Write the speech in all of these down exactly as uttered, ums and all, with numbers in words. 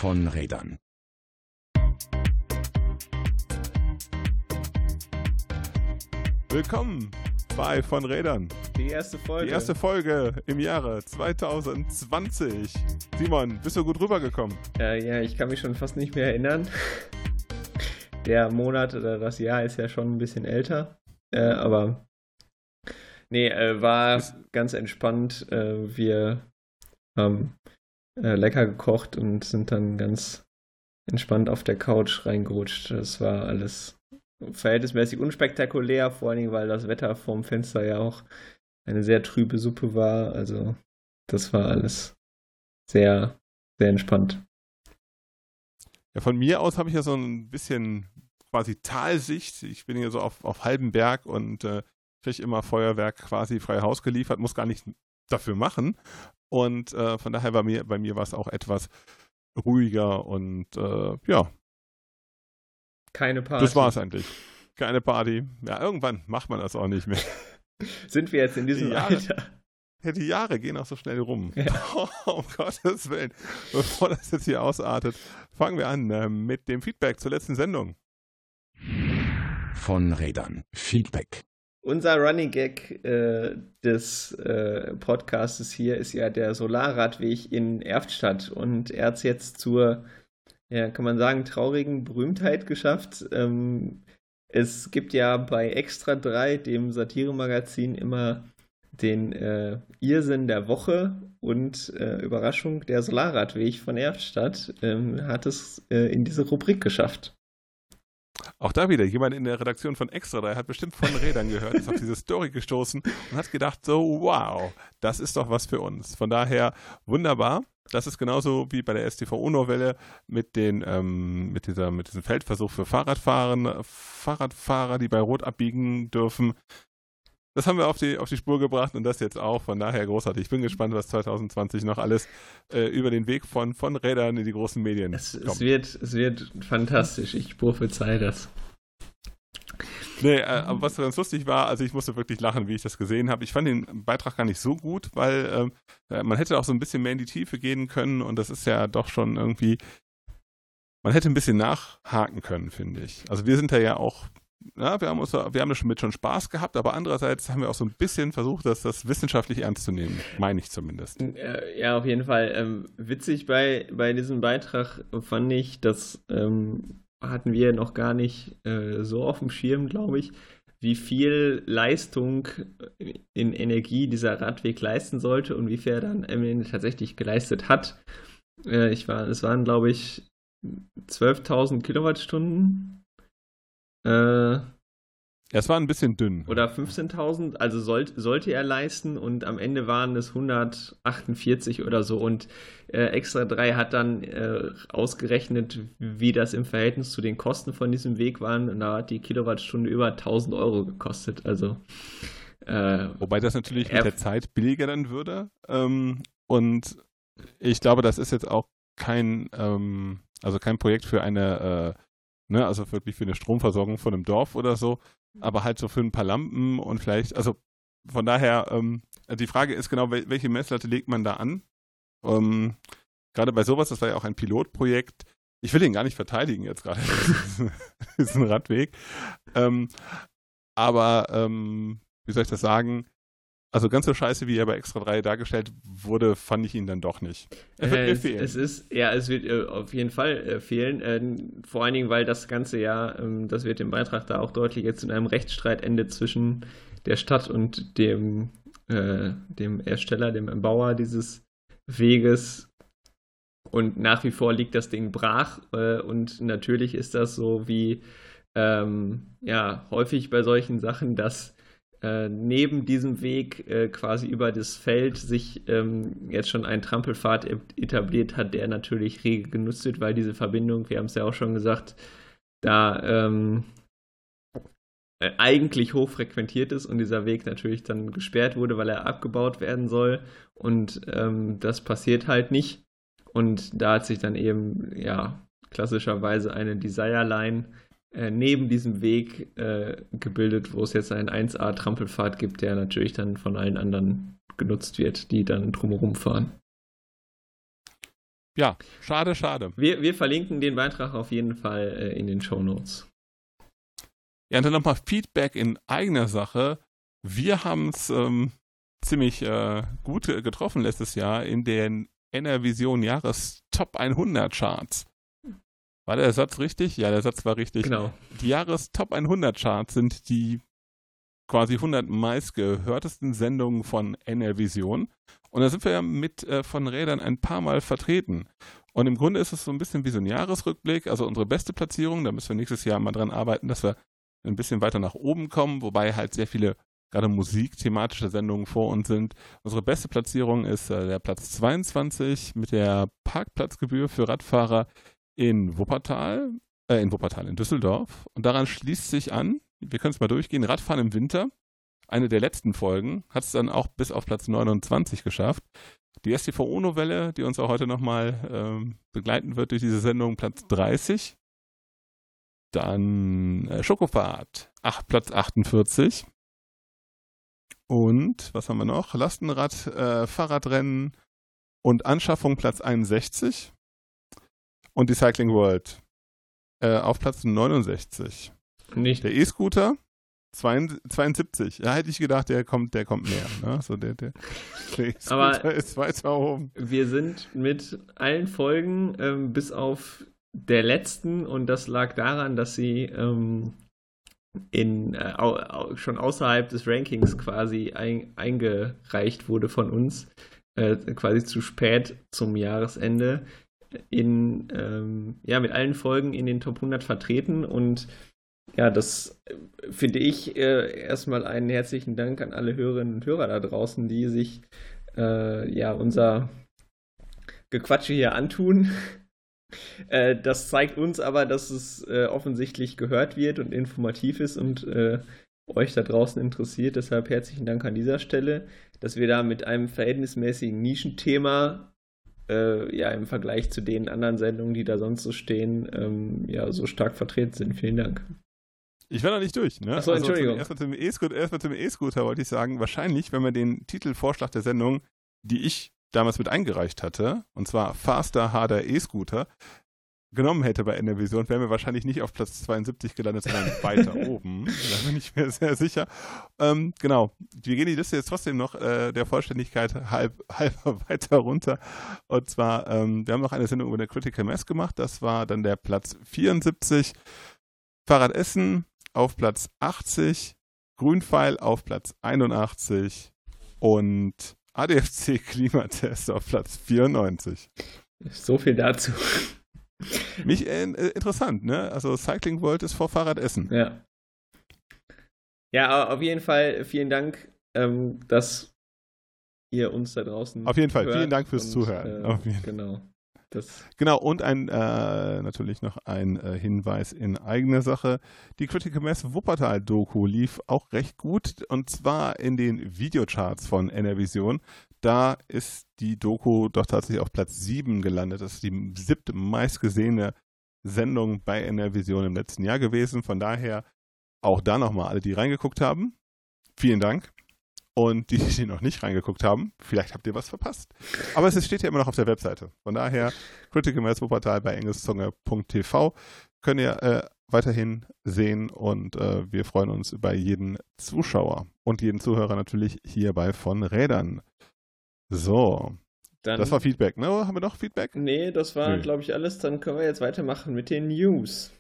von Rädern. Willkommen bei Von Rädern. Die erste Folge. Die erste Folge im Jahre zwanzig zwanzig. Simon, bist du gut rübergekommen? Äh, ja, ich kann mich schon fast nicht mehr erinnern. Der Monat oder das Jahr ist ja schon ein bisschen älter. Äh, aber nee, äh, war ist ganz entspannt. Äh, wir haben äh, lecker gekocht und sind dann ganz entspannt auf der Couch reingerutscht. Das war alles verhältnismäßig unspektakulär, vor allen Dingen, weil das Wetter vorm Fenster ja auch eine sehr trübe Suppe war. Also das war alles sehr, sehr entspannt. Ja, von mir aus habe ich ja so ein bisschen quasi Talsicht. Ich bin hier so auf, auf halbem Berg und äh, kriege immer Feuerwerk quasi frei Haus geliefert, muss gar nicht dafür machen. Und äh, von daher war mir, bei mir war es auch etwas ruhiger und äh, ja. Keine Party. Das war es eigentlich. Keine Party. Ja, irgendwann macht man das auch nicht mehr. Sind wir jetzt in diesem die Jahre, Alter? Ja, die Jahre gehen auch so schnell rum. Ja. Oh, um Gottes Willen. Bevor das jetzt hier ausartet, fangen wir an äh, mit dem Feedback zur letzten Sendung. Von Rädern. Feedback. Unser Running Gag äh, des äh, Podcastes hier ist ja der Solarradweg in Erftstadt. Und er hat es jetzt zur, ja, kann man sagen, traurigen Berühmtheit geschafft. Ähm, es gibt ja bei Extra drei, dem Satiremagazin, immer den äh, Irrsinn der Woche und äh, Überraschung, der Solarradweg von Erftstadt ähm, hat es äh, in diese Rubrik geschafft. Auch da wieder, jemand in der Redaktion von Extra drei hat bestimmt von Rädern gehört, ist auf diese Story gestoßen und hat gedacht, so wow, das ist doch was für uns. Von daher wunderbar. Das ist genauso wie bei der S T V O-Novelle mit den ähm, mit dieser mit diesem Feldversuch für Fahrradfahren, Fahrradfahrer, die bei Rot abbiegen dürfen. Das haben wir auf die, auf die Spur gebracht und das jetzt auch. Von daher großartig. Ich bin gespannt, was zwanzig zwanzig noch alles äh, über den Weg von, von Rädern in die großen Medien es, kommt. Es wird, es wird fantastisch. Ich prophezei das. Nee, äh, aber was ganz lustig war, also ich musste wirklich lachen, wie ich das gesehen habe. Ich fand den Beitrag gar nicht so gut, weil äh, man hätte auch so ein bisschen mehr in die Tiefe gehen können und das ist ja doch schon irgendwie, man hätte ein bisschen nachhaken können, finde ich. Also wir sind da ja auch, ja, wir haben uns, wir haben da schon mit schon Spaß gehabt, aber andererseits haben wir auch so ein bisschen versucht, das, das wissenschaftlich ernst zu nehmen, meine ich zumindest. Ja, auf jeden Fall. Ähm, witzig bei, bei diesem Beitrag fand ich, dass ähm, hatten wir noch gar nicht äh, so auf dem Schirm, glaube ich, wie viel Leistung in Energie dieser Radweg leisten sollte und wie viel er dann am Ende tatsächlich geleistet hat. Äh, ich war, es waren, glaube ich, zwölftausend Kilowattstunden. Äh, Ja, es war ein bisschen dünn. Oder fünfzehntausend, also sollt, sollte er leisten und am Ende waren es hundertachtundvierzig oder so und äh, Extra drei hat dann äh, ausgerechnet, wie das im Verhältnis zu den Kosten von diesem Weg waren und da hat die Kilowattstunde über tausend Euro gekostet, also äh, wobei das natürlich mit der Zeit billiger dann würde ähm, und ich glaube, das ist jetzt auch kein ähm, also kein Projekt für eine äh, ne, also wirklich für eine Stromversorgung von einem Dorf oder so, aber halt so für ein paar Lampen und vielleicht, also von daher, ähm, die Frage ist genau, wel- welche Messlatte legt man da an? Ähm, gerade bei sowas, das war ja auch ein Pilotprojekt, ich will den gar nicht verteidigen jetzt gerade, diesen Radweg, ähm, aber ähm, wie soll ich das sagen, also ganz so scheiße, wie er bei Extra drei dargestellt wurde, fand ich ihn dann doch nicht. Er wird äh, mir es, fehlen. es ist, ja, es wird äh, auf jeden Fall äh, fehlen, äh, vor allen Dingen, weil das ganze Jahr, ähm, das wird im Beitrag da auch deutlich, jetzt in einem Rechtsstreit endet zwischen der Stadt und dem, äh, dem Ersteller, dem Erbauer dieses Weges. Und nach wie vor liegt das Ding brach äh, und natürlich ist das so wie ähm, ja, häufig bei solchen Sachen, dass äh, neben diesem Weg äh, quasi über das Feld sich ähm, jetzt schon ein Trampelpfad etabliert hat, der natürlich rege genutzt wird, weil diese Verbindung, wir haben es ja auch schon gesagt, da ähm, äh, eigentlich hoch frequentiert ist und dieser Weg natürlich dann gesperrt wurde, weil er abgebaut werden soll und ähm, das passiert halt nicht und da hat sich dann eben, ja, klassischerweise eine Desire-Line äh, neben diesem Weg äh, gebildet, wo es jetzt einen eins A Trampelpfad gibt, der natürlich dann von allen anderen genutzt wird, die dann drumherum fahren. Ja, schade, schade. Wir, wir verlinken den Beitrag auf jeden Fall äh, in den Shownotes. Ja, und dann nochmal Feedback in eigener Sache. Wir haben es ähm, ziemlich äh, gut getroffen letztes Jahr in den N R Vision Jahres Top hundert Charts. War der Satz richtig? Ja, der Satz war richtig. Genau. Die Jahres Top hundert Charts sind die quasi hundert meistgehörtesten Sendungen von N R Vision. Und da sind wir ja mit äh, von Rädern ein paar Mal vertreten. Und im Grunde ist es so ein bisschen wie so ein Jahresrückblick, also unsere beste Platzierung. Da müssen wir nächstes Jahr mal dran arbeiten, dass wir ein bisschen weiter nach oben kommen, wobei halt sehr viele gerade musikthematische Sendungen vor uns sind. Unsere beste Platzierung ist äh, der Platz zweiundzwanzig mit der Parkplatzgebühr für Radfahrer in Wuppertal, äh, in Wuppertal, in Düsseldorf. Und daran schließt sich an, wir können es mal durchgehen, Radfahren im Winter. Eine der letzten Folgen hat es dann auch bis auf Platz neunundzwanzig geschafft. Die S T V UNO-Welle, die uns auch heute nochmal ähm, begleiten wird durch diese Sendung, Platz dreißig. Dann äh, Schokofahrt, ach, Platz achtundvierzig. Und, was haben wir noch? Lastenrad, äh, Fahrradrennen und Anschaffung, Platz einundsechzig. Und die Cycling World äh, auf Platz neunundsechzig. Nicht. Der E-Scooter, zweiundsiebzig. Ja, hätte ich gedacht, der kommt, der kommt mehr. Ne? So der, der, der E-Scooter Aber ist weiter oben. Wir sind mit allen Folgen ähm, bis auf der letzten, und das lag daran, dass sie ähm, in, äh, au, au, schon außerhalb des Rankings quasi ein, eingereicht wurde von uns, äh, quasi zu spät zum Jahresende, in, ähm, ja, mit allen Folgen in den Top hundert vertreten. Und ja, das äh, finde ich äh, erstmal einen herzlichen Dank an alle Hörerinnen und Hörer da draußen, die sich äh, ja unser Gequatsche hier antun. äh, das zeigt uns aber, dass es äh, offensichtlich gehört wird und informativ ist und äh, euch da draußen interessiert. Deshalb herzlichen Dank an dieser Stelle, dass wir da mit einem verhältnismäßigen Nischenthema äh, ja im Vergleich zu den anderen Sendungen, die da sonst so stehen, ähm, ja so stark vertreten sind. Vielen Dank. Ich war noch nicht durch, ne? Achso, Entschuldigung. Also, erstmal zum E-Scooter, erstmal zum E-Scooter wollte ich sagen, wahrscheinlich, wenn man den Titelvorschlag der Sendung, die ich damals mit eingereicht hatte, und zwar Faster, Harder E-Scooter, genommen hätte bei N R Vision, wären wir wahrscheinlich nicht auf Platz zweiundsiebzig gelandet, sondern weiter oben. Da bin ich mir sehr sicher. Ähm, genau. Wir gehen die Liste jetzt trotzdem noch äh, der Vollständigkeit halb, halb weiter runter. Und zwar, ähm, wir haben noch eine Sendung über eine Critical Mass gemacht. Das war dann der Platz vierundsiebzig. Fahrrad Essen auf Platz achtzig. Grünpfeil auf Platz einundachtzig. Und A D F C Klimatest auf Platz vierundneunzig. So viel dazu. Mich äh, interessant, ne? Also Cycling World ist vor Fahrrad Essen. Ja. Ja, auf jeden Fall vielen Dank, ähm, dass ihr uns da draußen Auf jeden Fall, hört vielen Dank fürs und, Zuhören. Äh, Auf jeden. Genau. Das Genau, und ein äh, natürlich noch ein äh, Hinweis in eigener Sache. Die Critical Mass Wuppertal-Doku lief auch recht gut, und zwar in den Videocharts von N R Vision. Da ist die Doku doch tatsächlich auf Platz sieben gelandet. Das ist die siebte meistgesehene Sendung bei N R Vision im letzten Jahr gewesen. Von daher auch da nochmal alle, die reingeguckt haben. Vielen Dank. Und die, die noch nicht reingeguckt haben, vielleicht habt ihr was verpasst. Aber es steht ja immer noch auf der Webseite. Von daher, Critical Mass Wuppertal bei engelszunge punkt t v könnt ihr äh, weiterhin sehen, und äh, wir freuen uns über jeden Zuschauer und jeden Zuhörer natürlich hierbei von Rädern. So, dann, das war Feedback, ne? Haben wir noch Feedback? Nee, das war, Nee. glaube ich, alles. Dann können wir jetzt weitermachen mit den News.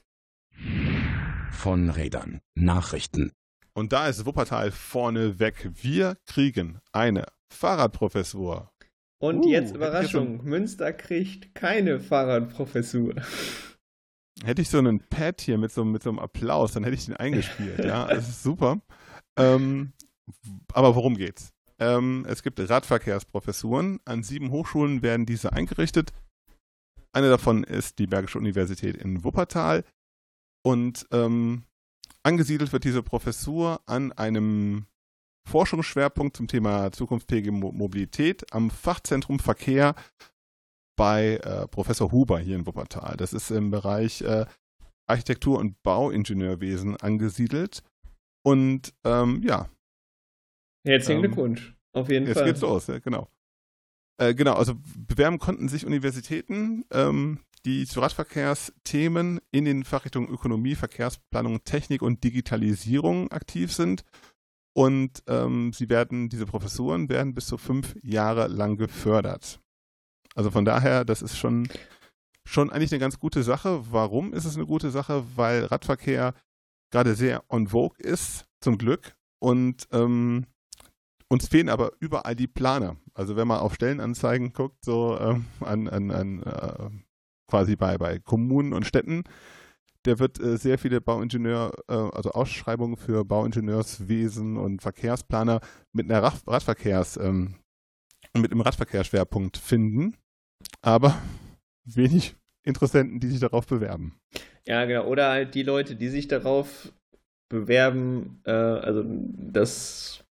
Von Rädern. Nachrichten. Und da ist Wuppertal vorne weg. Wir kriegen eine Fahrradprofessur. Und Uh, jetzt hätte ich Überraschung, jetzt Münster kriegt keine Fahrradprofessur. Hätte ich so einen Pad hier mit so, mit so einem Applaus, dann hätte ich den eingespielt. Ja, das ist super. Ähm, aber worum geht's? Ähm, es gibt Radverkehrsprofessuren. An sieben Hochschulen werden diese eingerichtet. Eine davon ist die Bergische Universität in Wuppertal. Und ähm, angesiedelt wird diese Professur an einem Forschungsschwerpunkt zum Thema zukunftsfähige Mo- Mobilität am Fachzentrum Verkehr bei äh, Professor Huber hier in Wuppertal. Das ist im Bereich äh, Architektur- und Bauingenieurwesen angesiedelt. Und ähm, ja, Herzlichen Ähm, Glückwunsch. Auf jeden jetzt Fall. geht's los, ja, genau. Äh, genau, also bewerben konnten sich Universitäten, ähm, die zu Radverkehrsthemen in den Fachrichtungen Ökonomie, Verkehrsplanung, Technik und Digitalisierung aktiv sind. Und ähm, sie werden, diese Professuren werden bis zu fünf Jahre lang gefördert. Also von daher, das ist schon, schon eigentlich eine ganz gute Sache. Warum ist es eine gute Sache? Weil Radverkehr gerade sehr on vogue ist, zum Glück. Und ähm, uns fehlen aber überall die Planer. Also wenn man auf Stellenanzeigen guckt, so ähm, an, an, an äh, quasi bei, bei Kommunen und Städten, der wird äh, sehr viele Bauingenieur, äh, also Ausschreibungen für Bauingenieurswesen und Verkehrsplaner mit einer Rad- Radverkehrs, ähm, mit einem Radverkehrsschwerpunkt finden, aber wenig Interessenten, die sich darauf bewerben. Ja, genau. Oder halt die Leute, die sich darauf bewerben, äh, also das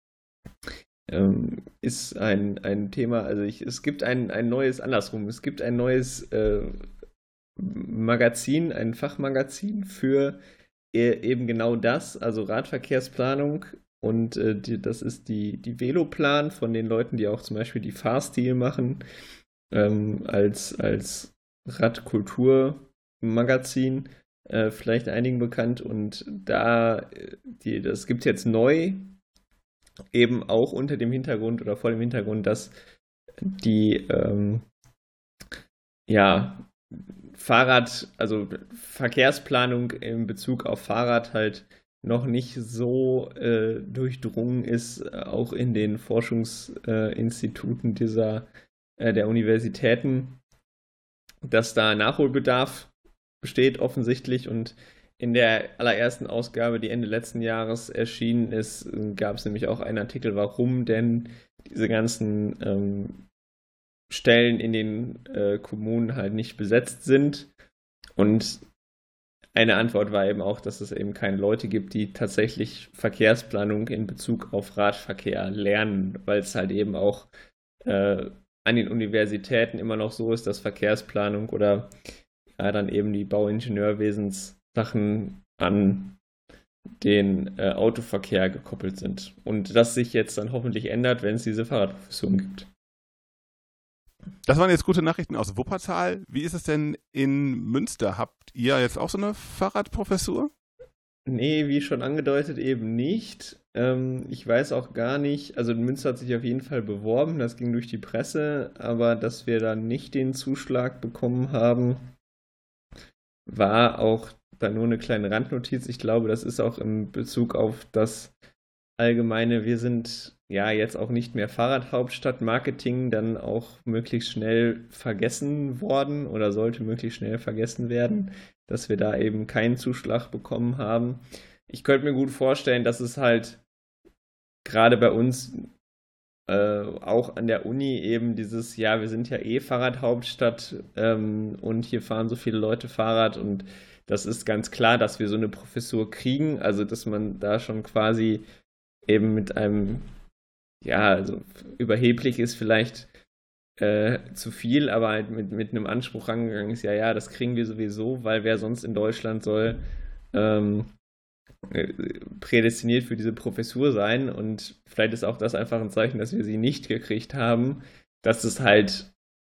ähm, ist ein, ein Thema, also ich, es gibt ein, ein neues, andersrum, es gibt ein neues äh, Magazin, ein Fachmagazin für e- eben genau das, also Radverkehrsplanung. Und äh, die, das ist die, die Veloplan von den Leuten, die auch zum Beispiel die Fahrstil machen, ähm, als, als Radkulturmagazin, äh, vielleicht einigen bekannt. Und da, die, das gibt es jetzt neu, eben auch unter dem Hintergrund oder vor dem Hintergrund, dass die ähm, ja, Fahrrad, also Verkehrsplanung in Bezug auf Fahrrad halt noch nicht so äh, durchdrungen ist, äh, auch in den Forschungsinstituten äh, dieser äh, der Universitäten, dass da Nachholbedarf besteht offensichtlich. Und in der allerersten Ausgabe, die Ende letzten Jahres erschienen ist, gab es nämlich auch einen Artikel, warum denn diese ganzen ähm, Stellen in den äh, Kommunen halt nicht besetzt sind. Und eine Antwort war eben auch, dass es eben keine Leute gibt, die tatsächlich Verkehrsplanung in Bezug auf Radverkehr lernen, weil es halt eben auch äh, an den Universitäten immer noch so ist, dass Verkehrsplanung oder ja, dann eben die Bauingenieurwesenssachen an den äh, Autoverkehr gekoppelt sind. Und das sich jetzt dann hoffentlich ändert, wenn es diese Fahrradprofessuren gibt. Das waren jetzt gute Nachrichten aus Wuppertal. Wie ist es denn in Münster? Habt ihr jetzt auch so eine Fahrradprofessur? Nee, wie schon angedeutet, eben nicht. Ähm, ich weiß auch gar nicht, also Münster hat sich auf jeden Fall beworben, das ging durch die Presse, aber dass wir da nicht den Zuschlag bekommen haben, war auch da nur eine kleine Randnotiz. Ich glaube, das ist auch in Bezug auf das allgemeine, wir sind ja jetzt auch nicht mehr Fahrradhauptstadt, Marketing dann auch möglichst schnell vergessen worden oder sollte möglichst schnell vergessen werden, dass wir da eben keinen Zuschlag bekommen haben. Ich könnte mir gut vorstellen, dass es halt gerade bei uns äh, auch an der Uni eben dieses, ja, wir sind ja eh Fahrradhauptstadt ähm, und hier fahren so viele Leute Fahrrad und das ist ganz klar, dass wir so eine Professur kriegen, also dass man da schon quasi eben mit einem, ja, also überheblich ist vielleicht äh, zu viel, aber halt mit, mit einem Anspruch rangegangen ist, ja, ja, das kriegen wir sowieso, weil wer sonst in Deutschland soll ähm, prädestiniert für diese Professur sein, und vielleicht ist auch das einfach ein Zeichen, dass wir sie nicht gekriegt haben, dass es halt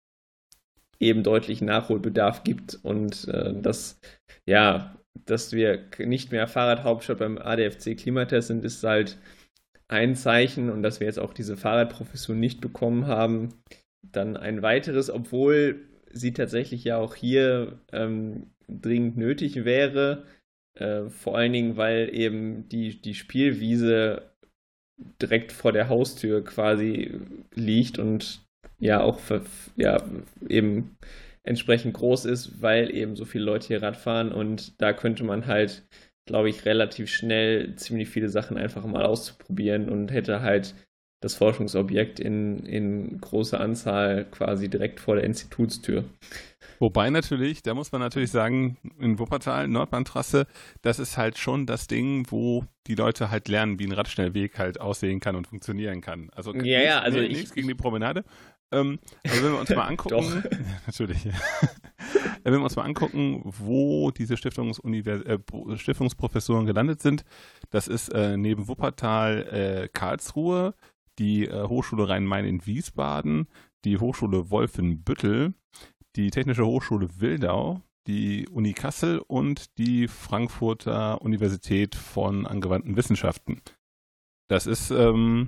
eben deutlich Nachholbedarf gibt und äh, dass, ja, dass wir nicht mehr Fahrradhauptstadt beim A D F C-Klimatest sind, ist halt ein Zeichen, und dass wir jetzt auch diese Fahrradprofessur nicht bekommen haben, dann ein weiteres, obwohl sie tatsächlich ja auch hier ähm, dringend nötig wäre, äh, vor allen Dingen, weil eben die, die Spielwiese direkt vor der Haustür quasi liegt und ja auch für, ja, eben entsprechend groß ist, weil eben so viele Leute hier Rad fahren, und da könnte man halt, glaube ich, relativ schnell ziemlich viele Sachen einfach mal auszuprobieren und hätte halt das Forschungsobjekt in, in großer Anzahl quasi direkt vor der Institutstür. Wobei natürlich, da muss man natürlich sagen, in Wuppertal, Nordbahntrasse, das ist halt schon das Ding, wo die Leute halt lernen, wie ein Radschnellweg halt aussehen kann und funktionieren kann. Also, ja, nichts, ja, also nee, ich, nichts gegen die Promenade. Ähm, also wenn wir uns mal angucken, natürlich, wenn wir uns mal angucken, wo diese Stiftungsunivers- äh, Stiftungsprofessuren gelandet sind, das ist äh, neben Wuppertal äh, Karlsruhe, die äh, Hochschule Rhein-Main in Wiesbaden, die Hochschule Wolfenbüttel, die Technische Hochschule Wildau, die Uni Kassel und die Frankfurter Universität von angewandten Wissenschaften. Das ist ähm,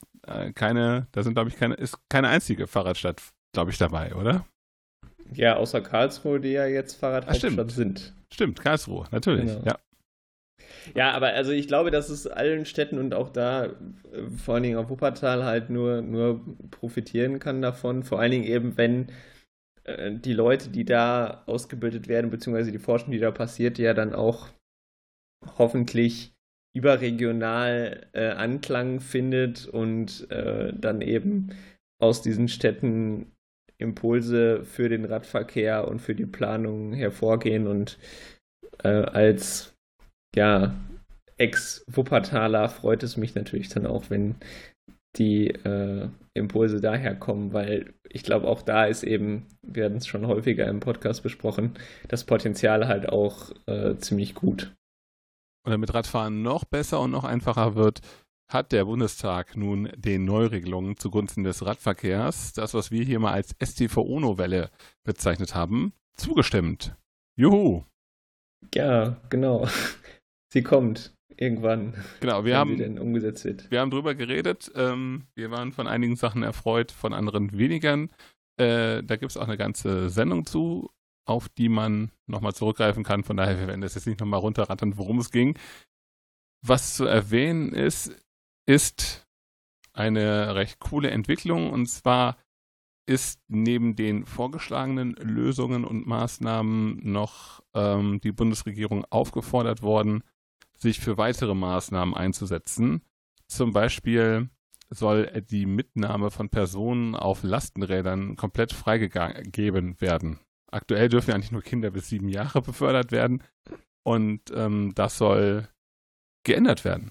keine, da sind, glaube ich, keine, ist keine einzige Fahrradstadt, glaube ich, dabei, oder? Ja, außer Karlsruhe, die ja jetzt Fahrradhauptstadt sind. Stimmt, Karlsruhe, natürlich, Genau. ja. Ja, aber also ich glaube, dass es allen Städten und auch da, äh, vor allen Dingen auf Wuppertal, halt nur, nur profitieren kann davon. Vor allen Dingen eben, wenn äh, die Leute, die da ausgebildet werden, beziehungsweise die Forschung, die da passiert, ja dann auch hoffentlich überregional äh, Anklang findet und äh, dann eben aus diesen Städten Impulse für den Radverkehr und für die Planung hervorgehen und äh, als ja, Ex-Wuppertaler freut es mich natürlich dann auch, wenn die äh, Impulse daherkommen, weil ich glaube, auch da ist eben, wir hatten es schon häufiger im Podcast besprochen, das Potenzial halt auch äh, ziemlich gut. Und damit Radfahren noch besser und noch einfacher wird, hat der Bundestag nun den Neuregelungen zugunsten des Radverkehrs, das, was wir hier mal als S T V O-Novelle bezeichnet haben, zugestimmt. Juhu! Ja, genau. Sie kommt irgendwann, Genau, wir wenn haben, sie denn umgesetzt wird. wir haben drüber geredet. Ähm, wir waren von einigen Sachen erfreut, von anderen weniger. Äh, da gibt es auch eine ganze Sendung zu, auf die man nochmal zurückgreifen kann. Von daher, wir werden das jetzt nicht nochmal runterrattern, worum es ging. Was zu erwähnen ist, ist eine recht coole Entwicklung. Und zwar ist neben den vorgeschlagenen Lösungen und Maßnahmen noch ähm, die Bundesregierung aufgefordert worden, sich für weitere Maßnahmen einzusetzen. Zum Beispiel soll die Mitnahme von Personen auf Lastenrädern komplett freigegeben werden. Aktuell dürfen ja eigentlich nur Kinder bis sieben Jahre befördert werden und ähm, das soll geändert werden.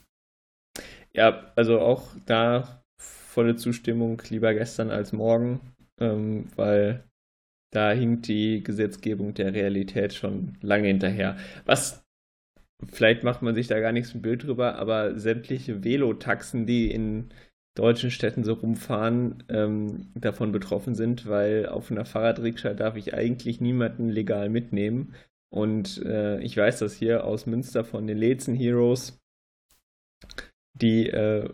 Ja, also auch da volle Zustimmung, lieber gestern als morgen, ähm, weil da hinkt die Gesetzgebung der Realität schon lange hinterher. Was Vielleicht macht man sich da gar nichts ein Bild drüber, aber sämtliche Velotaxen, die in deutschen Städten so rumfahren, ähm, davon betroffen sind, weil auf einer Fahrradrikscha darf ich eigentlich niemanden legal mitnehmen. Und äh, ich weiß das hier aus Münster von den Lezen Heroes, die äh,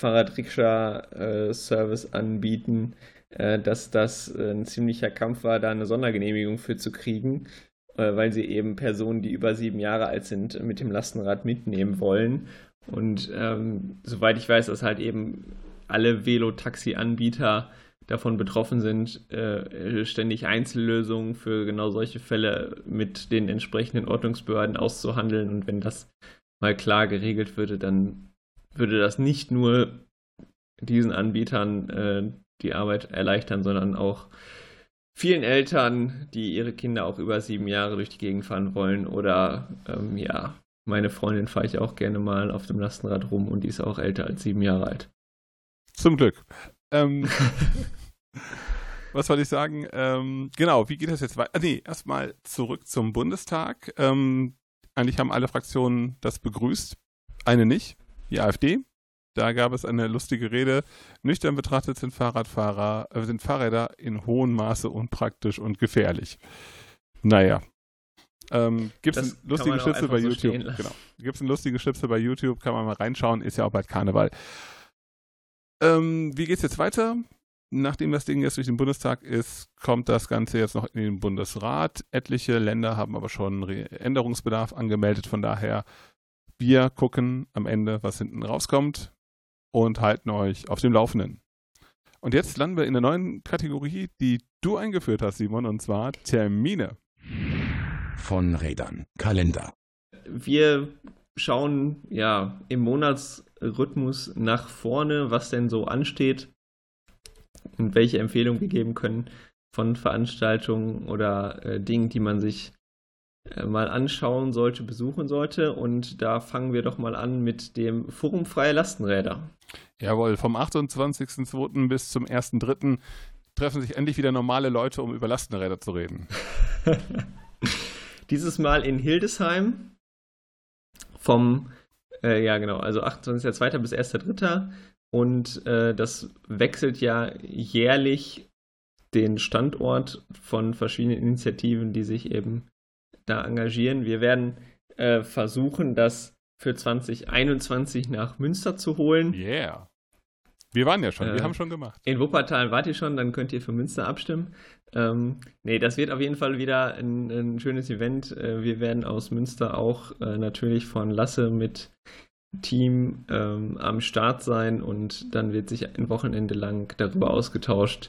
Fahrradrikscha-Service anbieten, äh, dass das äh, ein ziemlicher Kampf war, da eine Sondergenehmigung für zu kriegen, weil sie eben Personen, die über sieben Jahre alt sind, mit dem Lastenrad mitnehmen wollen. Und ähm, soweit ich weiß, dass halt eben alle Velo-Taxi-Anbieter davon betroffen sind, äh, ständig Einzellösungen für genau solche Fälle mit den entsprechenden Ordnungsbehörden auszuhandeln. Und wenn das mal klar geregelt würde, dann würde das nicht nur diesen Anbietern äh, die Arbeit erleichtern, sondern auch vielen Eltern, die ihre Kinder auch über sieben Jahre durch die Gegend fahren wollen. Oder, ähm, ja, meine Freundin fahre ich auch gerne mal auf dem Lastenrad rum und die ist auch älter als sieben Jahre alt. Zum Glück. Ähm, was wollte ich sagen? Ähm, genau, wie geht das jetzt weiter? Nee, erstmal zurück zum Bundestag. Ähm, eigentlich haben alle Fraktionen das begrüßt. Eine nicht, die AfD. Da gab es eine lustige Rede. Nüchtern betrachtet sind Fahrradfahrer, äh, sind Fahrräder in hohem Maße unpraktisch und gefährlich. Naja. Ähm, Gibt es lustige Schnipsel bei YouTube? Genau. Gibt es ein lustige Schnipsel bei YouTube? Kann man mal reinschauen. Ist ja auch bald Karneval. Ähm, wie geht's jetzt weiter? Nachdem das Ding jetzt durch den Bundestag ist, kommt das Ganze jetzt noch in den Bundesrat. Etliche Länder haben aber schon Re- Änderungsbedarf angemeldet. Von daher, wir gucken am Ende, was hinten rauskommt und halten euch auf dem Laufenden. Und jetzt landen wir in der neuen Kategorie, die du eingeführt hast, Simon, und zwar Termine. Von Rädern. Kalender. Wir schauen ja im Monatsrhythmus nach vorne, was denn so ansteht und welche Empfehlungen wir geben können von Veranstaltungen oder äh, Dingen, die man sich äh, mal anschauen sollte, besuchen sollte. Und da fangen wir doch mal an mit dem Forum Freie Lastenräder. Jawohl, vom achtundzwanzigsten zweiten bis zum ersten dritten treffen sich endlich wieder normale Leute, um über Lastenräder zu reden. Dieses Mal in Hildesheim vom, äh, ja genau, also achtundzwanzigsten zweiten bis ersten dritten Und äh, das wechselt ja jährlich den Standort von verschiedenen Initiativen, die sich eben da engagieren. Wir werden äh, versuchen, das für zwanzig einundzwanzig nach Münster zu holen. Yeah. Wir waren ja schon, äh, wir haben schon gemacht. In Wuppertal wart ihr schon, dann könnt ihr für Münster abstimmen. Ähm, nee, das wird auf jeden Fall wieder ein, ein schönes Event. Äh, wir werden aus Münster auch äh, natürlich von Lasse mit Team ähm, am Start sein und dann wird sich ein Wochenende lang darüber ausgetauscht,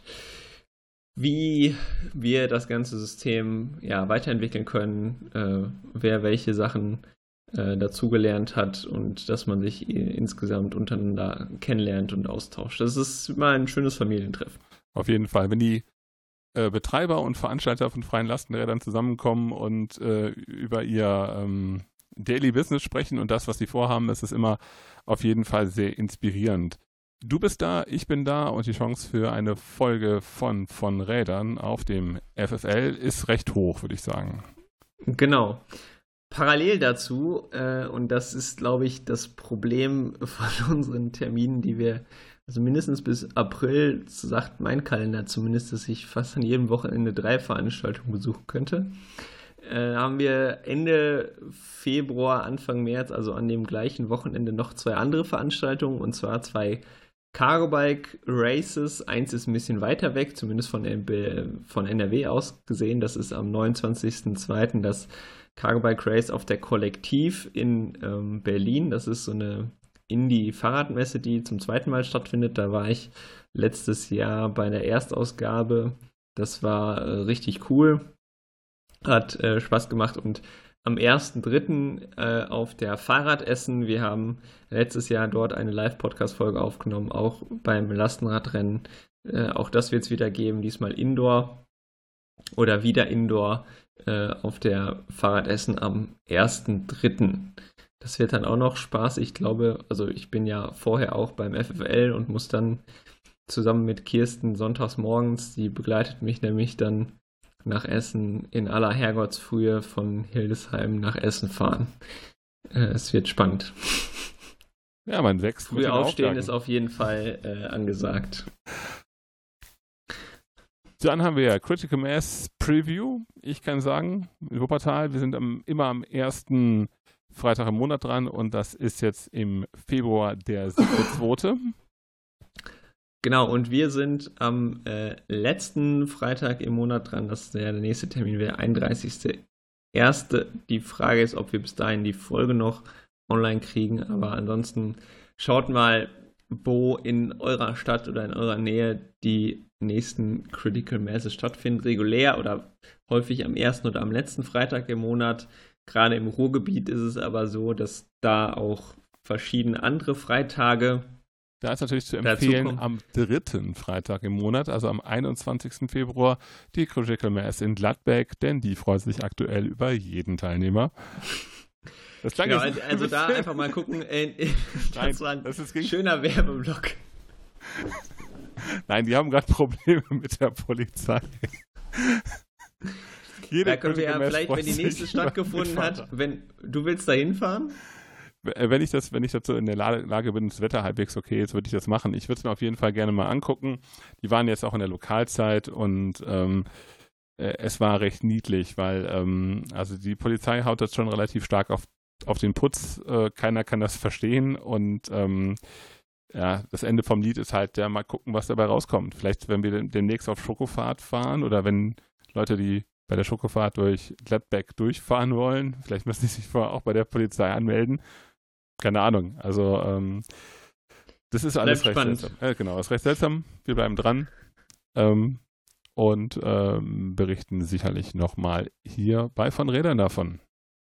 wie wir das ganze System ja, weiterentwickeln können, äh, wer welche Sachen äh, dazugelernt hat und dass man sich insgesamt untereinander kennenlernt und austauscht. Das ist mal ein schönes Familientreffen. Auf jeden Fall. Wenn die äh, Betreiber und Veranstalter von freien Lastenrädern zusammenkommen und äh, über ihr ähm, Daily Business sprechen und das, was sie vorhaben, ist es immer auf jeden Fall sehr inspirierend. Du bist da, ich bin da und die Chance für eine Folge von, von Rädern auf dem F F L ist recht hoch, würde ich sagen. Genau. Parallel dazu, äh, und das ist, glaube ich, das Problem von unseren Terminen, die wir, also mindestens bis April, sagt mein Kalender zumindest, dass ich fast an jedem Wochenende drei Veranstaltungen besuchen könnte. Äh, haben wir Ende Februar, Anfang März, also an dem gleichen Wochenende noch zwei andere Veranstaltungen, und zwar zwei Cargo-Bike Races. Eins ist ein bisschen weiter weg, zumindest von, von N R W aus gesehen. Das ist am neunundzwanzigsten zweiten das Cargo-Bike Race auf der Kollektiv in ähm, Berlin. Das ist so eine Indie-Fahrradmesse, die zum zweiten Mal stattfindet. Da war ich letztes Jahr bei der Erstausgabe. Das war äh, richtig cool. Hat äh, Spaß gemacht, und am ersten dritten äh, auf der Fahrradessen, wir haben letztes Jahr dort eine Live-Podcast-Folge aufgenommen, auch beim Lastenradrennen. Äh, auch das wird es wieder geben, diesmal Indoor oder wieder Indoor äh, auf der Fahrradessen am ersten dritten Das wird dann auch noch Spaß. Ich glaube, also ich bin ja vorher auch beim F F L und muss dann zusammen mit Kirsten sonntags morgens, die begleitet mich nämlich dann nach Essen in aller Herrgottsfrühe von Hildesheim nach Essen fahren. Äh, es wird spannend. Ja, mein sechs. Früh aufstehen ist auf jeden Fall äh, angesagt. Dann haben wir ja Critical Mass Preview. Ich kann sagen, in Wuppertal, wir sind am, immer am ersten Freitag im Monat dran, und das ist jetzt im Februar der siebte zweite Genau, und wir sind am äh, letzten Freitag im Monat dran. Das ist der, der nächste Termin, wäre einunddreißigster erste Die Frage ist, ob wir bis dahin die Folge noch online kriegen. Aber ansonsten schaut mal, wo in eurer Stadt oder in eurer Nähe die nächsten Critical Masses stattfinden. Regulär oder häufig am ersten oder am letzten Freitag im Monat. Gerade im Ruhrgebiet ist es aber so, dass da auch verschiedene andere Freitage Da ist natürlich zu empfehlen, am dritten Freitag im Monat, also am einundzwanzigsten Februar, die Critical Mass in Gladbeck, denn die freut sich aktuell über jeden Teilnehmer. Das klang genau, jetzt also da einfach mal gucken. Äh, das Nein, war ein das ist gegen... schöner Werbeblock. Nein, die haben gerade Probleme mit der Polizei. Jede Da können wir ja vielleicht, wenn die nächste sich stattgefunden hat, wenn du willst da hinfahren? Wenn ich das, wenn ich dazu in der Lage bin, das Wetter halbwegs okay ist, würde ich das machen. Ich würde es mir auf jeden Fall gerne mal angucken. Die waren jetzt auch in der Lokalzeit, und ähm, äh, es war recht niedlich, weil ähm, also die Polizei haut das schon relativ stark auf, auf den Putz. Äh, keiner kann das verstehen, und ähm, ja, das Ende vom Lied ist halt, ja, mal gucken, was dabei rauskommt. Vielleicht, wenn wir demnächst auf Schokofahrt fahren, oder wenn Leute, die bei der Schokofahrt durch Gladbeck durchfahren wollen, vielleicht müssen sie sich vorher auch bei der Polizei anmelden. Keine Ahnung, also ähm, das ist alles Bleibt recht spannend. seltsam. Äh, genau, ist recht seltsam. Wir bleiben dran ähm, und ähm, berichten sicherlich nochmal hier bei von Rädern davon.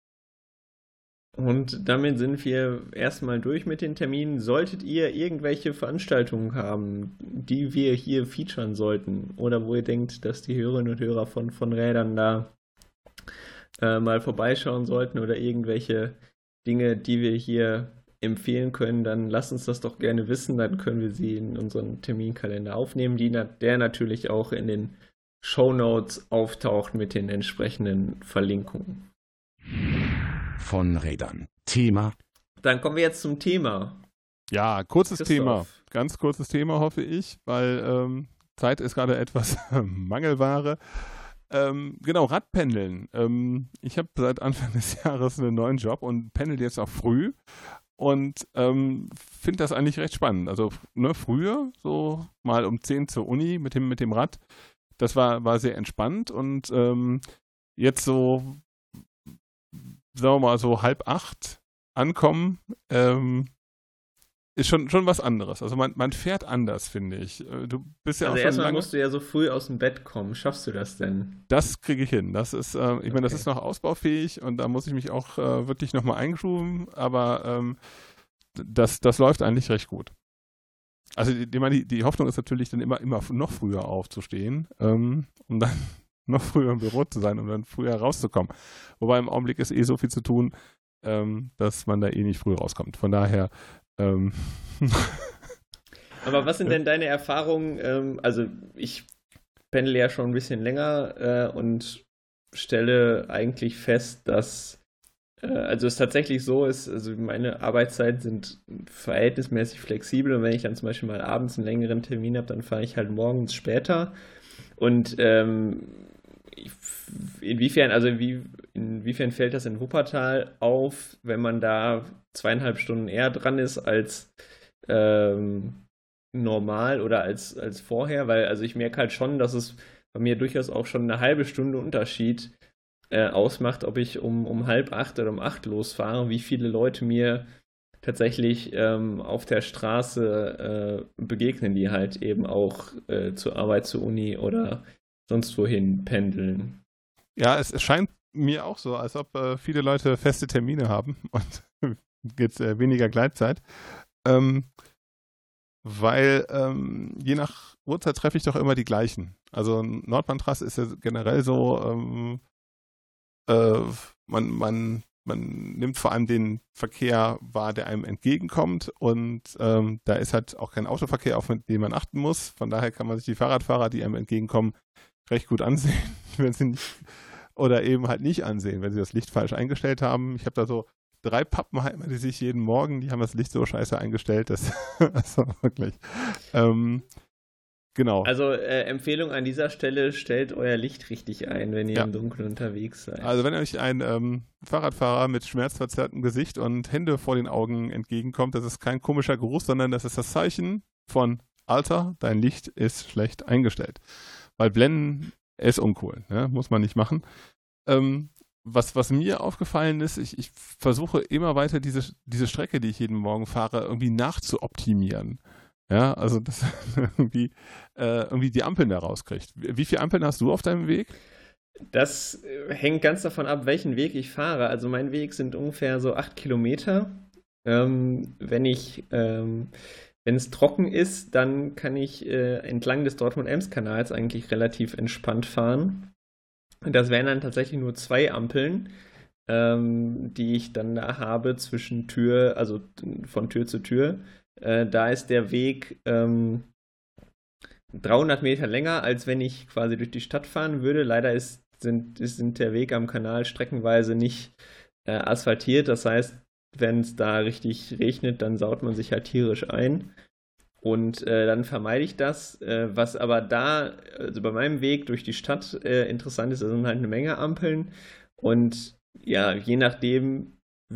Und damit sind wir erstmal durch mit den Terminen. Solltet ihr irgendwelche Veranstaltungen haben, die wir hier featuren sollten, oder wo ihr denkt, dass die Hörerinnen und Hörer von, von Rädern da äh, mal vorbeischauen sollten, oder irgendwelche Dinge, die wir hier empfehlen können, dann lasst uns das doch gerne wissen. Dann können wir sie in unseren Terminkalender aufnehmen, die, der natürlich auch in den Shownotes auftaucht mit den entsprechenden Verlinkungen. Von Rädern. Thema. Dann kommen wir jetzt zum Thema. Ja, kurzes Christoph. Thema. Ganz kurzes Thema, hoffe ich, weil ähm, Zeit ist gerade etwas Mangelware. Ähm, genau, Radpendeln. Ähm, ich habe seit Anfang des Jahres einen neuen Job und pendel jetzt auch früh und ähm, finde das eigentlich recht spannend. Also ne, früher, so mal um zehn zur Uni mit dem, mit dem Rad, das war, war sehr entspannt und ähm, jetzt so, sagen wir mal, so halb acht ankommen, ähm, ist schon, schon was anderes. Also man, man fährt anders, finde ich. Du bist ja Also auch schon erstmal lange... musst du ja so früh aus dem Bett kommen. Schaffst du das denn? Das kriege ich hin. Das ist, äh, ich Okay. meine, das ist noch ausbaufähig und da muss ich mich auch äh, wirklich nochmal eingrooven, aber ähm, das, das läuft eigentlich recht gut. Also die, die, die Hoffnung ist natürlich dann immer, immer noch früher aufzustehen, ähm, um dann noch früher im Büro zu sein, um dann früher rauszukommen. Wobei im Augenblick ist eh so viel zu tun, ähm, dass man da eh nicht früh rauskommt. Von daher ähm, Aber was sind denn deine Erfahrungen? Ähm, also ich pendle ja schon ein bisschen länger äh, und stelle eigentlich fest, dass äh, also es tatsächlich so ist, also meine Arbeitszeiten sind verhältnismäßig flexibel und wenn ich dann zum Beispiel mal abends einen längeren Termin habe, dann fahre ich halt morgens später und ähm, inwiefern, also wie, inwiefern fällt das in Wuppertal auf, wenn man da zweieinhalb Stunden eher dran ist als ähm, normal oder als, als vorher? Weil also ich merke halt schon, dass es bei mir durchaus auch schon eine halbe Stunde Unterschied äh, ausmacht, ob ich um, um halb acht oder um acht losfahre, wie viele Leute mir tatsächlich ähm, auf der Straße äh, begegnen, die halt eben auch äh, zur Arbeit, zur Uni oder sonst wohin pendeln. ja, es, es scheint mir auch so, als ob äh, viele Leute feste Termine haben und jetzt äh, weniger Gleitzeit. Ähm, weil ähm, je nach Uhrzeit treffe ich doch immer die gleichen. Also Nordbahntrasse ist ja generell so, ähm, äh, man, man, man nimmt vor allem den Verkehr wahr, der einem entgegenkommt und ähm, da ist halt auch kein Autoverkehr, auf den man achten muss. Von daher kann man sich die Fahrradfahrer, die einem entgegenkommen, recht gut ansehen, wenn sie nicht, oder eben halt nicht ansehen, wenn sie das Licht falsch eingestellt haben. Ich habe da so drei Pappenheimer, die sich jeden Morgen, die haben das Licht so scheiße eingestellt, dass also wirklich ähm, genau. Also äh, Empfehlung an dieser Stelle, stellt euer Licht richtig ein, wenn ihr Ja. im Dunkeln unterwegs seid. Also wenn euch ein ähm, Fahrradfahrer mit schmerzverzerrtem Gesicht und Hände vor den Augen entgegenkommt, das ist kein komischer Geruch, sondern das ist das Zeichen von Alter, dein Licht ist schlecht eingestellt. Weil Blenden ist uncool, ne? Muss man nicht machen. Ähm, was, was mir aufgefallen ist, ich, ich versuche immer weiter diese, diese Strecke, die ich jeden Morgen fahre, irgendwie nachzuoptimieren. Ja, also dass irgendwie, äh, irgendwie die Ampeln da rauskriegt. Wie, wie viele Ampeln hast du auf deinem Weg? Das äh, hängt ganz davon ab, welchen Weg ich fahre. Also mein Weg sind ungefähr so acht Kilometer. Ähm, wenn ich, ähm, wenn es trocken ist, dann kann ich äh, entlang des Dortmund-Ems-Kanals eigentlich relativ entspannt fahren. Das wären dann tatsächlich nur zwei Ampeln, ähm, die ich dann da habe zwischen Tür, also von Tür zu Tür. Äh, da ist der Weg ähm, dreihundert Meter länger, als wenn ich quasi durch die Stadt fahren würde. Leider ist, sind, ist, sind der Weg am Kanal streckenweise nicht äh, asphaltiert. Das heißt, wenn es da richtig regnet, dann saut man sich halt tierisch ein. Und äh, dann vermeide ich das. Äh, was aber da, also bei meinem Weg durch die Stadt äh, interessant ist, da sind halt eine Menge Ampeln. Und ja, je nachdem,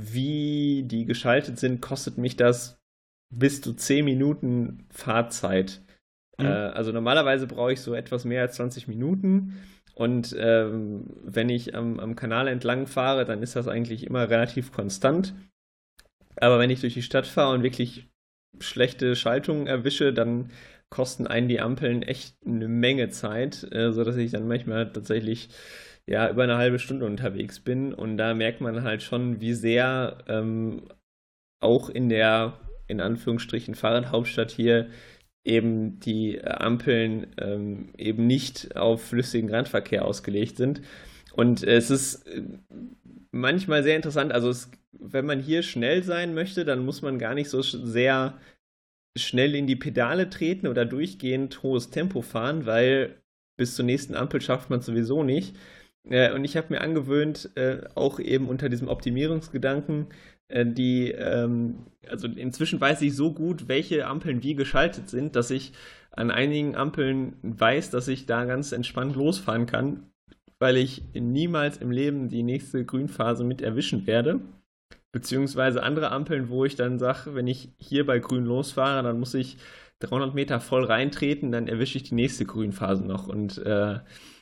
wie die geschaltet sind, kostet mich das bis zu zehn Minuten Fahrzeit. Mhm. Äh, also normalerweise brauche ich so etwas mehr als zwanzig Minuten. Und ähm, wenn ich am, am Kanal entlang fahre, dann ist das eigentlich immer relativ konstant. Aber wenn ich durch die Stadt fahre und wirklich schlechte Schaltungen erwische, dann kosten einen die Ampeln echt eine Menge Zeit, äh, sodass ich dann manchmal tatsächlich ja über eine halbe Stunde unterwegs bin. Und da merkt man halt schon, wie sehr ähm, auch in der, in Anführungsstrichen, Fahrradhauptstadt hier eben die Ampeln ähm, eben nicht auf flüssigen Radverkehr ausgelegt sind. Und es ist äh, manchmal sehr interessant, also es, wenn man hier schnell sein möchte, dann muss man gar nicht so sch- sehr schnell in die Pedale treten oder durchgehend hohes Tempo fahren, weil bis zur nächsten Ampel schafft man es sowieso nicht. Äh, und ich habe mir angewöhnt, äh, auch eben unter diesem Optimierungsgedanken, äh, die, ähm, also inzwischen weiß ich so gut, welche Ampeln wie geschaltet sind, dass ich an einigen Ampeln weiß, dass ich da ganz entspannt losfahren kann, weil ich niemals im Leben die nächste Grünphase mit erwischen werde. Beziehungsweise andere Ampeln, wo ich dann sage, wenn ich hier bei grün losfahre, dann muss ich dreihundert Meter voll reintreten, dann erwische ich die nächste Grünphase noch. Und äh,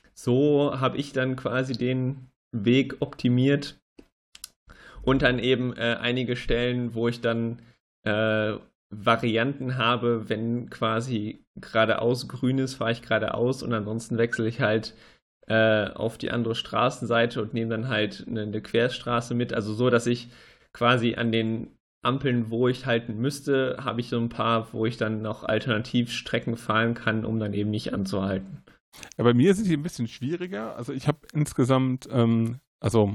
so habe ich dann quasi den Weg optimiert und dann eben äh, einige Stellen, wo ich dann äh, Varianten habe, wenn quasi geradeaus grün ist, fahre ich geradeaus und ansonsten wechsle ich halt äh, auf die andere Straßenseite und nehme dann halt eine, eine Querstraße mit. Also so, dass ich quasi an den Ampeln, wo ich halten müsste, habe ich so ein paar, wo ich dann noch Alternativstrecken fahren kann, um dann eben nicht anzuhalten. Ja, bei mir sind die ein bisschen schwieriger. Also ich habe insgesamt, ähm, also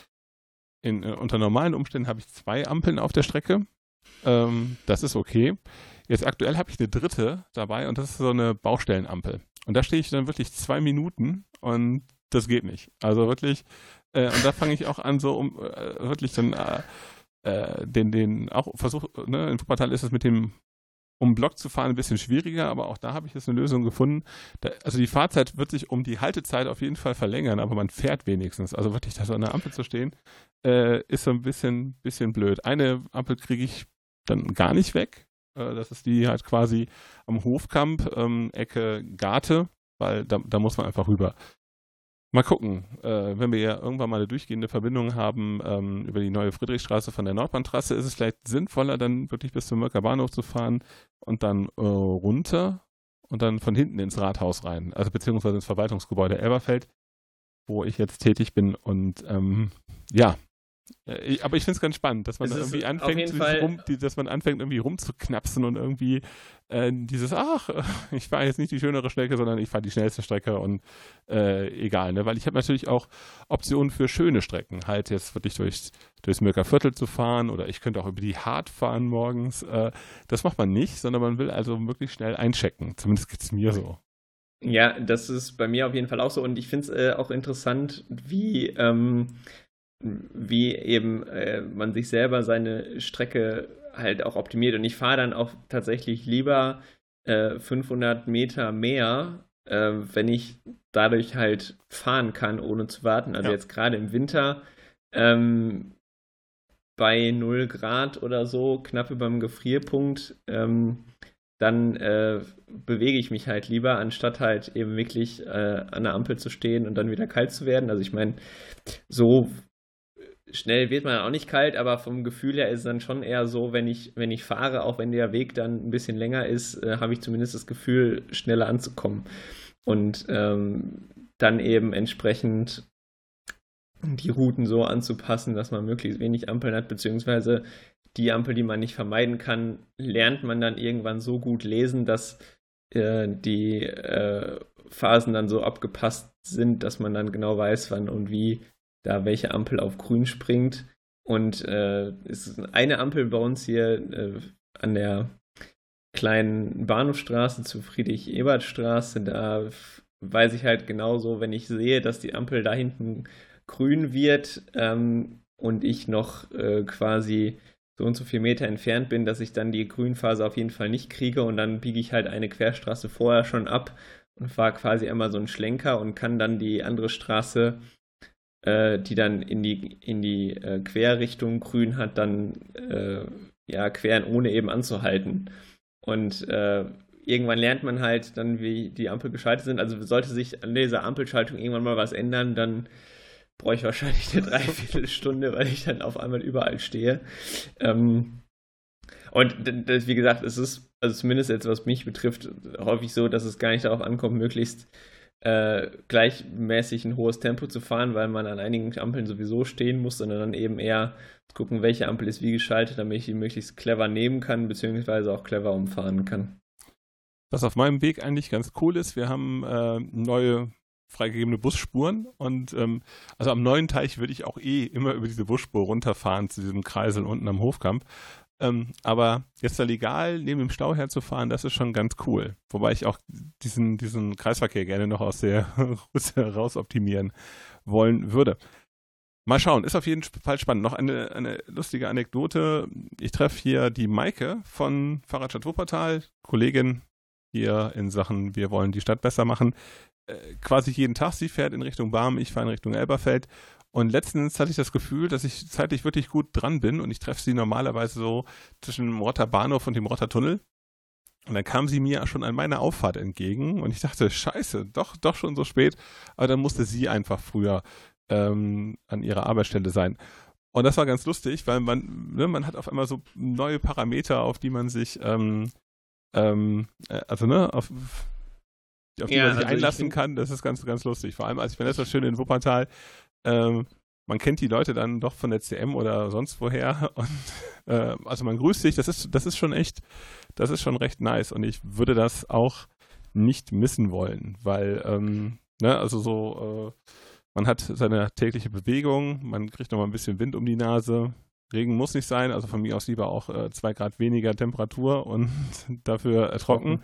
in, äh, unter normalen Umständen habe ich zwei Ampeln auf der Strecke. Ähm, das ist okay. Jetzt aktuell habe ich eine dritte dabei und das ist so eine Baustellenampel. Und da stehe ich dann wirklich zwei Minuten und das geht nicht. Also wirklich, äh, und da fange ich auch an, so um äh, wirklich dann äh, äh, den, den auch Versuch, ne, in Wuppertal ist es mit dem um Block zu fahren ein bisschen schwieriger, aber auch da habe ich jetzt eine Lösung gefunden. Da, also die Fahrzeit wird sich um die Haltezeit auf jeden Fall verlängern, aber man fährt wenigstens. Also wirklich, da so an der Ampel zu stehen, äh, ist so ein bisschen, bisschen blöd. Eine Ampel kriege ich dann gar nicht weg. Äh, das ist die halt quasi am Hofkamp, ähm, Ecke Garte, weil da, da muss man einfach rüber. Mal gucken, äh, wenn wir ja irgendwann mal eine durchgehende Verbindung haben ähm, über die neue Friedrichstraße von der Nordbahntrasse, ist es vielleicht sinnvoller, dann wirklich bis zum Mörker Bahnhof zu fahren und dann äh, runter und dann von hinten ins Rathaus rein, also beziehungsweise ins Verwaltungsgebäude Elberfeld, wo ich jetzt tätig bin und ähm, ja, äh, aber ich finde es ganz spannend, dass man da irgendwie anfängt, rum, die, dass man anfängt irgendwie rumzuknapsen und irgendwie äh, dieses, ach, ich fahre jetzt nicht die schönere Strecke, sondern ich fahre die schnellste Strecke und äh, egal, ne? Weil ich habe natürlich auch Optionen für schöne Strecken, halt jetzt wirklich durch, durchs Mörker Viertel zu fahren oder ich könnte auch über die Hart fahren morgens. Äh, das macht man nicht, sondern man will also wirklich schnell einchecken. Zumindest geht es mir so. Ja, das ist bei mir auf jeden Fall auch so und ich finde es äh, auch interessant, wie ähm, wie eben äh, man sich selber seine Strecke halt auch optimiert. Und ich fahre dann auch tatsächlich lieber äh, fünfhundert Meter mehr, äh, wenn ich dadurch halt fahren kann, ohne zu warten. Also ja. Jetzt gerade im Winter ähm, bei null Grad oder so, knapp über dem Gefrierpunkt, ähm, dann äh, bewege ich mich halt lieber, anstatt halt eben wirklich äh, an der Ampel zu stehen und dann wieder kalt zu werden. Also ich meine, so schnell wird man auch nicht kalt, aber vom Gefühl her ist es dann schon eher so, wenn ich, wenn ich fahre, auch wenn der Weg dann ein bisschen länger ist, äh, habe ich zumindest das Gefühl, schneller anzukommen. Und ähm, dann eben entsprechend die Routen so anzupassen, dass man möglichst wenig Ampeln hat, beziehungsweise die Ampel, die man nicht vermeiden kann, lernt man dann irgendwann so gut lesen, dass äh, die äh, Phasen dann so abgepasst sind, dass man dann genau weiß, wann und wie da welche Ampel auf grün springt. Und äh, es ist eine Ampel bei uns hier äh, an der kleinen Bahnhofstraße zur Friedrich-Ebert-Straße. Da weiß ich halt genauso, wenn ich sehe, dass die Ampel da hinten grün wird ähm, und ich noch äh, quasi so und so viel Meter entfernt bin, dass ich dann die Grünphase auf jeden Fall nicht kriege und dann biege ich halt eine Querstraße vorher schon ab und fahre quasi einmal so einen Schlenker und kann dann die andere Straße, äh, die dann in die, in die äh, Querrichtung grün hat, dann äh, ja, queren, ohne eben anzuhalten. Und äh, irgendwann lernt man halt dann, wie die Ampel geschaltet sind. Also sollte sich an dieser Ampelschaltung irgendwann mal was ändern, dann brauche ich wahrscheinlich eine Dreiviertelstunde, weil ich dann auf einmal überall stehe. Ähm, und das, wie gesagt, es ist, also zumindest jetzt, was mich betrifft, häufig so, dass es gar nicht darauf ankommt, möglichst äh, gleichmäßig ein hohes Tempo zu fahren, weil man an einigen Ampeln sowieso stehen muss, sondern dann eben eher gucken, welche Ampel ist wie geschaltet, damit ich die möglichst clever nehmen kann, beziehungsweise auch clever umfahren kann. Was auf meinem Weg eigentlich ganz cool ist, wir haben äh, neue freigegebene Busspuren und ähm, also am neuen Teich würde ich auch eh immer über diese Busspur runterfahren zu diesem Kreisel unten am Hofkamp. Ähm, aber jetzt da legal neben dem Stau herzufahren, das ist schon ganz cool. Wobei ich auch diesen, diesen Kreisverkehr gerne noch aus der Route heraus optimieren wollen würde. Mal schauen, ist auf jeden Fall spannend. Noch eine, eine lustige Anekdote. Ich treffe hier die Maike von Fahrradstadt Wuppertal, Kollegin hier in Sachen, wir wollen die Stadt besser machen. Äh, quasi jeden Tag, sie fährt in Richtung Barm, ich fahre in Richtung Elberfeld. Und letztens hatte ich das Gefühl, dass ich zeitlich wirklich gut dran bin und ich treffe sie normalerweise so zwischen dem Rotter Bahnhof und dem Rotter Tunnel. Und dann kam sie mir schon an meiner Auffahrt entgegen und ich dachte, scheiße, doch, doch schon so spät. Aber dann musste sie einfach früher ähm, an ihrer Arbeitsstelle sein. Und das war ganz lustig, weil man, ne, man hat auf einmal so neue Parameter, auf die man sich, ähm, ähm, also ne, auf, auf die ja, man sich also einlassen kann. Das ist ganz, ganz lustig. Vor allem, als ich bin das so schön in Wuppertal, ähm, man kennt die Leute dann doch von der C M oder sonst woher und äh, also man grüßt sich, das ist, das ist schon echt, das ist schon recht nice und ich würde das auch nicht missen wollen, weil, ähm, ne, also so, äh, man hat seine tägliche Bewegung, man kriegt nochmal ein bisschen Wind um die Nase, Regen muss nicht sein, also von mir aus lieber auch äh, zwei Grad weniger Temperatur und dafür äh, trocken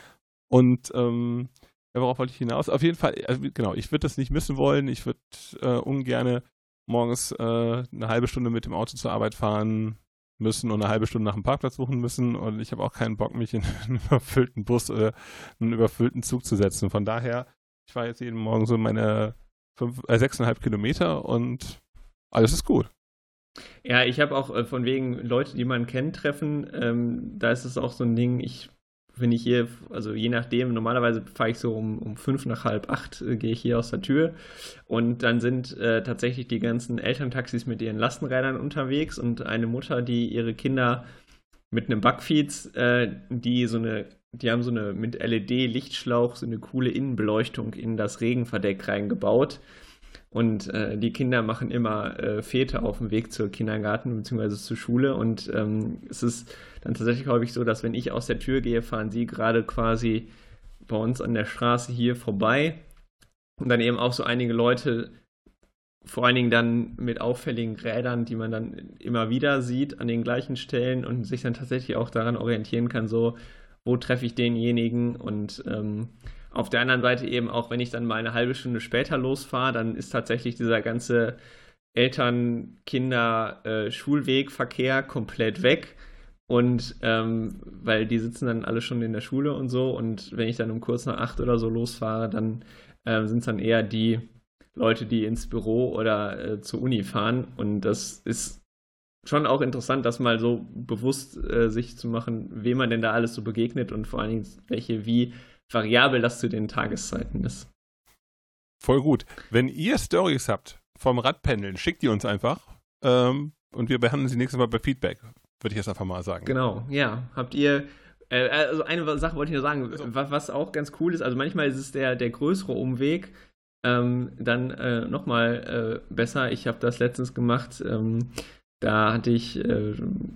und ähm, ja, worauf wollte ich hinaus? Auf jeden Fall, also, genau, ich würde das nicht missen wollen, ich würde äh, ungerne morgens äh, eine halbe Stunde mit dem Auto zur Arbeit fahren müssen und eine halbe Stunde nach dem Parkplatz suchen müssen und ich habe auch keinen Bock, mich in einen überfüllten Bus oder einen überfüllten Zug zu setzen. Von daher, ich fahre jetzt jeden Morgen so meine fünf, äh, sechseinhalb Kilometer und alles ist gut. Ja, ich habe auch äh, von wegen Leute, die man kennt, treffen, ähm, da ist es auch so ein Ding, ich wenn ich hier, also je nachdem, normalerweise fahre ich so um, um fünf nach halb acht, äh, gehe ich hier aus der Tür und dann sind äh, tatsächlich die ganzen Elterntaxis mit ihren Lastenrädern unterwegs und eine Mutter, die ihre Kinder mit einem Backfiets, äh, die so eine, die haben so eine mit L E D-Lichtschlauch so eine coole Innenbeleuchtung in das Regenverdeck reingebaut. Und äh, die Kinder machen immer äh, Fete auf dem Weg zur Kindergarten bzw. zur Schule. Und ähm, es ist dann tatsächlich häufig so, dass wenn ich aus der Tür gehe, fahren sie gerade quasi bei uns an der Straße hier vorbei. Und dann eben auch so einige Leute, vor allen Dingen dann mit auffälligen Rädern, die man dann immer wieder sieht an den gleichen Stellen und sich dann tatsächlich auch daran orientieren kann, so, wo treffe ich denjenigen und ähm, auf der anderen Seite eben auch, wenn ich dann mal eine halbe Stunde später losfahre, dann ist tatsächlich dieser ganze Eltern-Kinder-Schulwegverkehr komplett weg. Und ähm, weil die sitzen dann alle schon in der Schule und so. Und wenn ich dann um kurz nach acht oder so losfahre, dann äh, sind es dann eher die Leute, die ins Büro oder äh, zur Uni fahren. Und das ist schon auch interessant, das mal so bewusst äh, sich zu machen, wem man denn da alles so begegnet und vor allen Dingen welche wie variabel das zu den Tageszeiten ist. Voll gut. Wenn ihr Storys habt vom Radpendeln, schickt die uns einfach ähm, und wir behandeln sie nächstes Mal bei Feedback, würde ich jetzt einfach mal sagen. Genau, ja. Habt ihr, äh, also eine Sache wollte ich nur sagen, was, was auch ganz cool ist, also manchmal ist es der, der größere Umweg ähm, dann äh, nochmal äh, besser. Ich habe das letztens gemacht, ähm, da hatte ich äh,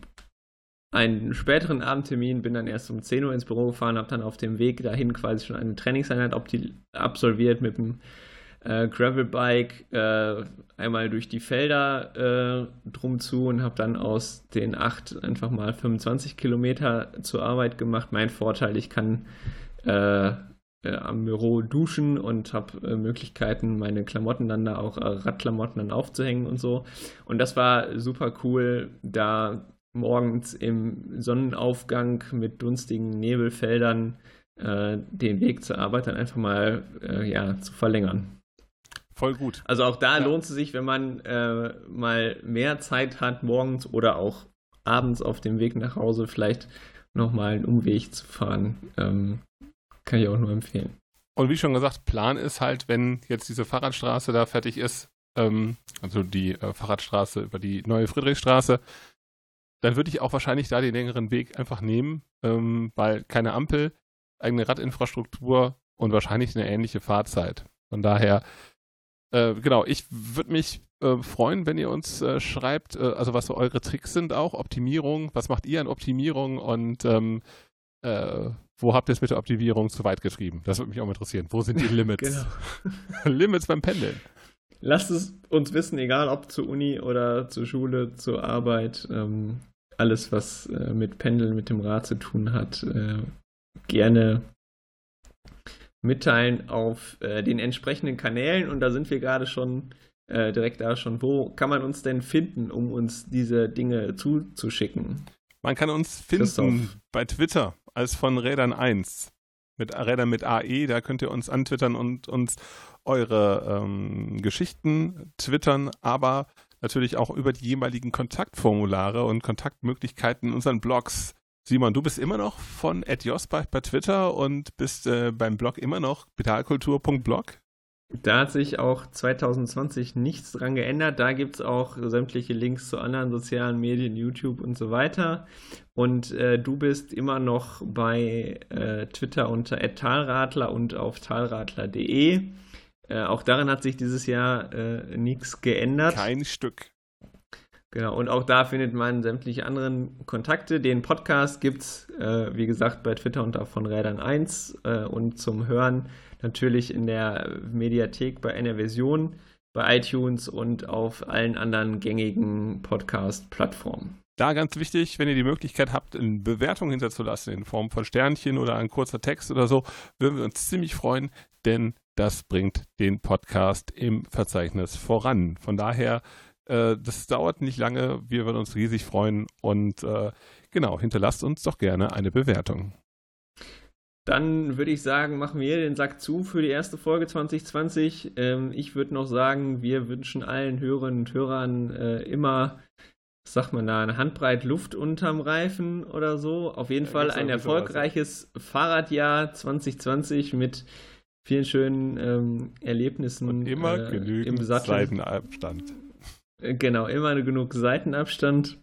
einen späteren Abendtermin, bin dann erst um zehn Uhr ins Büro gefahren, habe dann auf dem Weg dahin quasi schon eine Trainingseinheit absolviert mit dem äh, Gravelbike, äh, einmal durch die Felder äh, drum zu und habe dann aus den acht einfach mal fünfundzwanzig Kilometer zur Arbeit gemacht. Mein Vorteil, ich kann äh, äh, am Büro duschen und habe äh, Möglichkeiten, meine Klamotten dann da auch, äh, Radklamotten dann aufzuhängen und so. Und das war super cool, da morgens im Sonnenaufgang mit dunstigen Nebelfeldern äh, den Weg zur Arbeit dann einfach mal äh, ja, zu verlängern. Voll gut. Also auch da ja. lohnt es sich, wenn man äh, mal mehr Zeit hat, morgens oder auch abends auf dem Weg nach Hause vielleicht nochmal einen Umweg zu fahren. Ähm, kann ich auch nur empfehlen. Und wie schon gesagt, Plan ist halt, wenn jetzt diese Fahrradstraße da fertig ist, ähm, also die äh, Fahrradstraße über die neue Friedrichstraße, dann würde ich auch wahrscheinlich da den längeren Weg einfach nehmen, ähm, weil keine Ampel, eigene Radinfrastruktur und wahrscheinlich eine ähnliche Fahrzeit. Von daher, äh, genau, ich würde mich äh, freuen, wenn ihr uns äh, schreibt, äh, also was so eure Tricks sind auch, Optimierung, was macht ihr an Optimierung und ähm, äh, wo habt ihr es mit der Optimierung zu weit getrieben? Das würde mich auch interessieren. Wo sind die Limits? Genau. Limits beim Pendeln. Lasst es uns wissen, egal ob zur Uni oder zur Schule, zur Arbeit, ähm, alles, was äh, mit Pendeln, mit dem Rad zu tun hat, äh, gerne mitteilen auf äh, den entsprechenden Kanälen. Und da sind wir gerade schon äh, direkt da schon. Wo kann man uns denn finden, um uns diese Dinge zuzuschicken? Man kann uns finden Christoph. Bei Twitter als von Rädern eins. mit Rädern mit A E, da könnt ihr uns antwittern und uns eure ähm, Geschichten twittern, aber natürlich auch über die jeweiligen Kontaktformulare und Kontaktmöglichkeiten in unseren Blogs. Simon, du bist immer noch von at josbach bei Twitter und bist äh, beim Blog immer noch pedalkultur punkt blog. Da hat sich auch zwanzig zwanzig nichts dran geändert. Da gibt es auch sämtliche Links zu anderen sozialen Medien, YouTube und so weiter. Und äh, du bist immer noch bei äh, Twitter unter at talradler und auf talradler punkt de. Äh, auch daran hat sich dieses Jahr äh, nichts geändert. Kein Stück. Genau, und auch da findet man sämtliche anderen Kontakte. Den Podcast gibt es, äh, wie gesagt, bei Twitter unter von Rädern eins äh, und zum Hören natürlich in der Mediathek bei N R Vision, bei iTunes und auf allen anderen gängigen Podcast-Plattformen. Da ganz wichtig, wenn ihr die Möglichkeit habt, eine Bewertung hinterzulassen in Form von Sternchen oder ein kurzer Text oder so, würden wir uns ziemlich freuen, denn das bringt den Podcast im Verzeichnis voran. Von daher, äh, das dauert nicht lange, wir würden uns riesig freuen und äh, genau, hinterlasst uns doch gerne eine Bewertung. Dann würde ich sagen, machen wir den Sack zu für die erste Folge zwanzig zwanzig. Ähm, ich würde noch sagen, wir wünschen allen Hörerinnen und Hörern äh, immer, was sagt man da, eine Handbreit Luft unterm Reifen oder so. Auf jeden ja, Fall ein erfolgreiches so. Fahrradjahr zwanzig zwanzig mit vielen schönen ähm, Erlebnissen. Und immer äh, genügend im Sattel. Seitenabstand. Genau, immer genug Seitenabstand.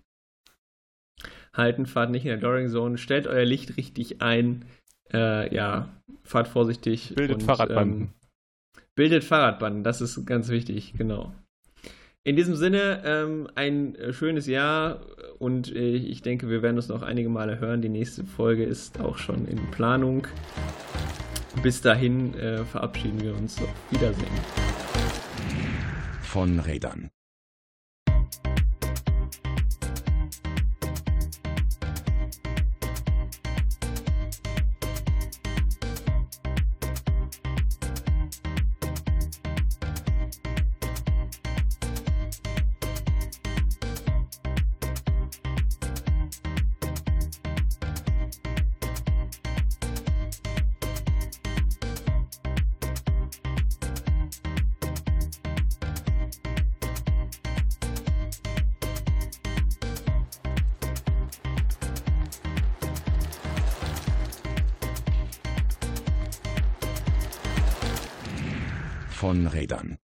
Halten, fahrt nicht in der Doring Zone. Stellt euer Licht richtig ein. Äh, ja, fahrt vorsichtig. Bildet und, Fahrradbanden. Ähm, bildet Fahrradbanden, das ist ganz wichtig, genau. In diesem Sinne, ähm, ein schönes Jahr und äh, ich denke, wir werden uns noch einige Male hören. Die nächste Folge ist auch schon in Planung. Bis dahin äh, verabschieden wir uns. Auf Wiedersehen. Von Rädern. Von Rädern.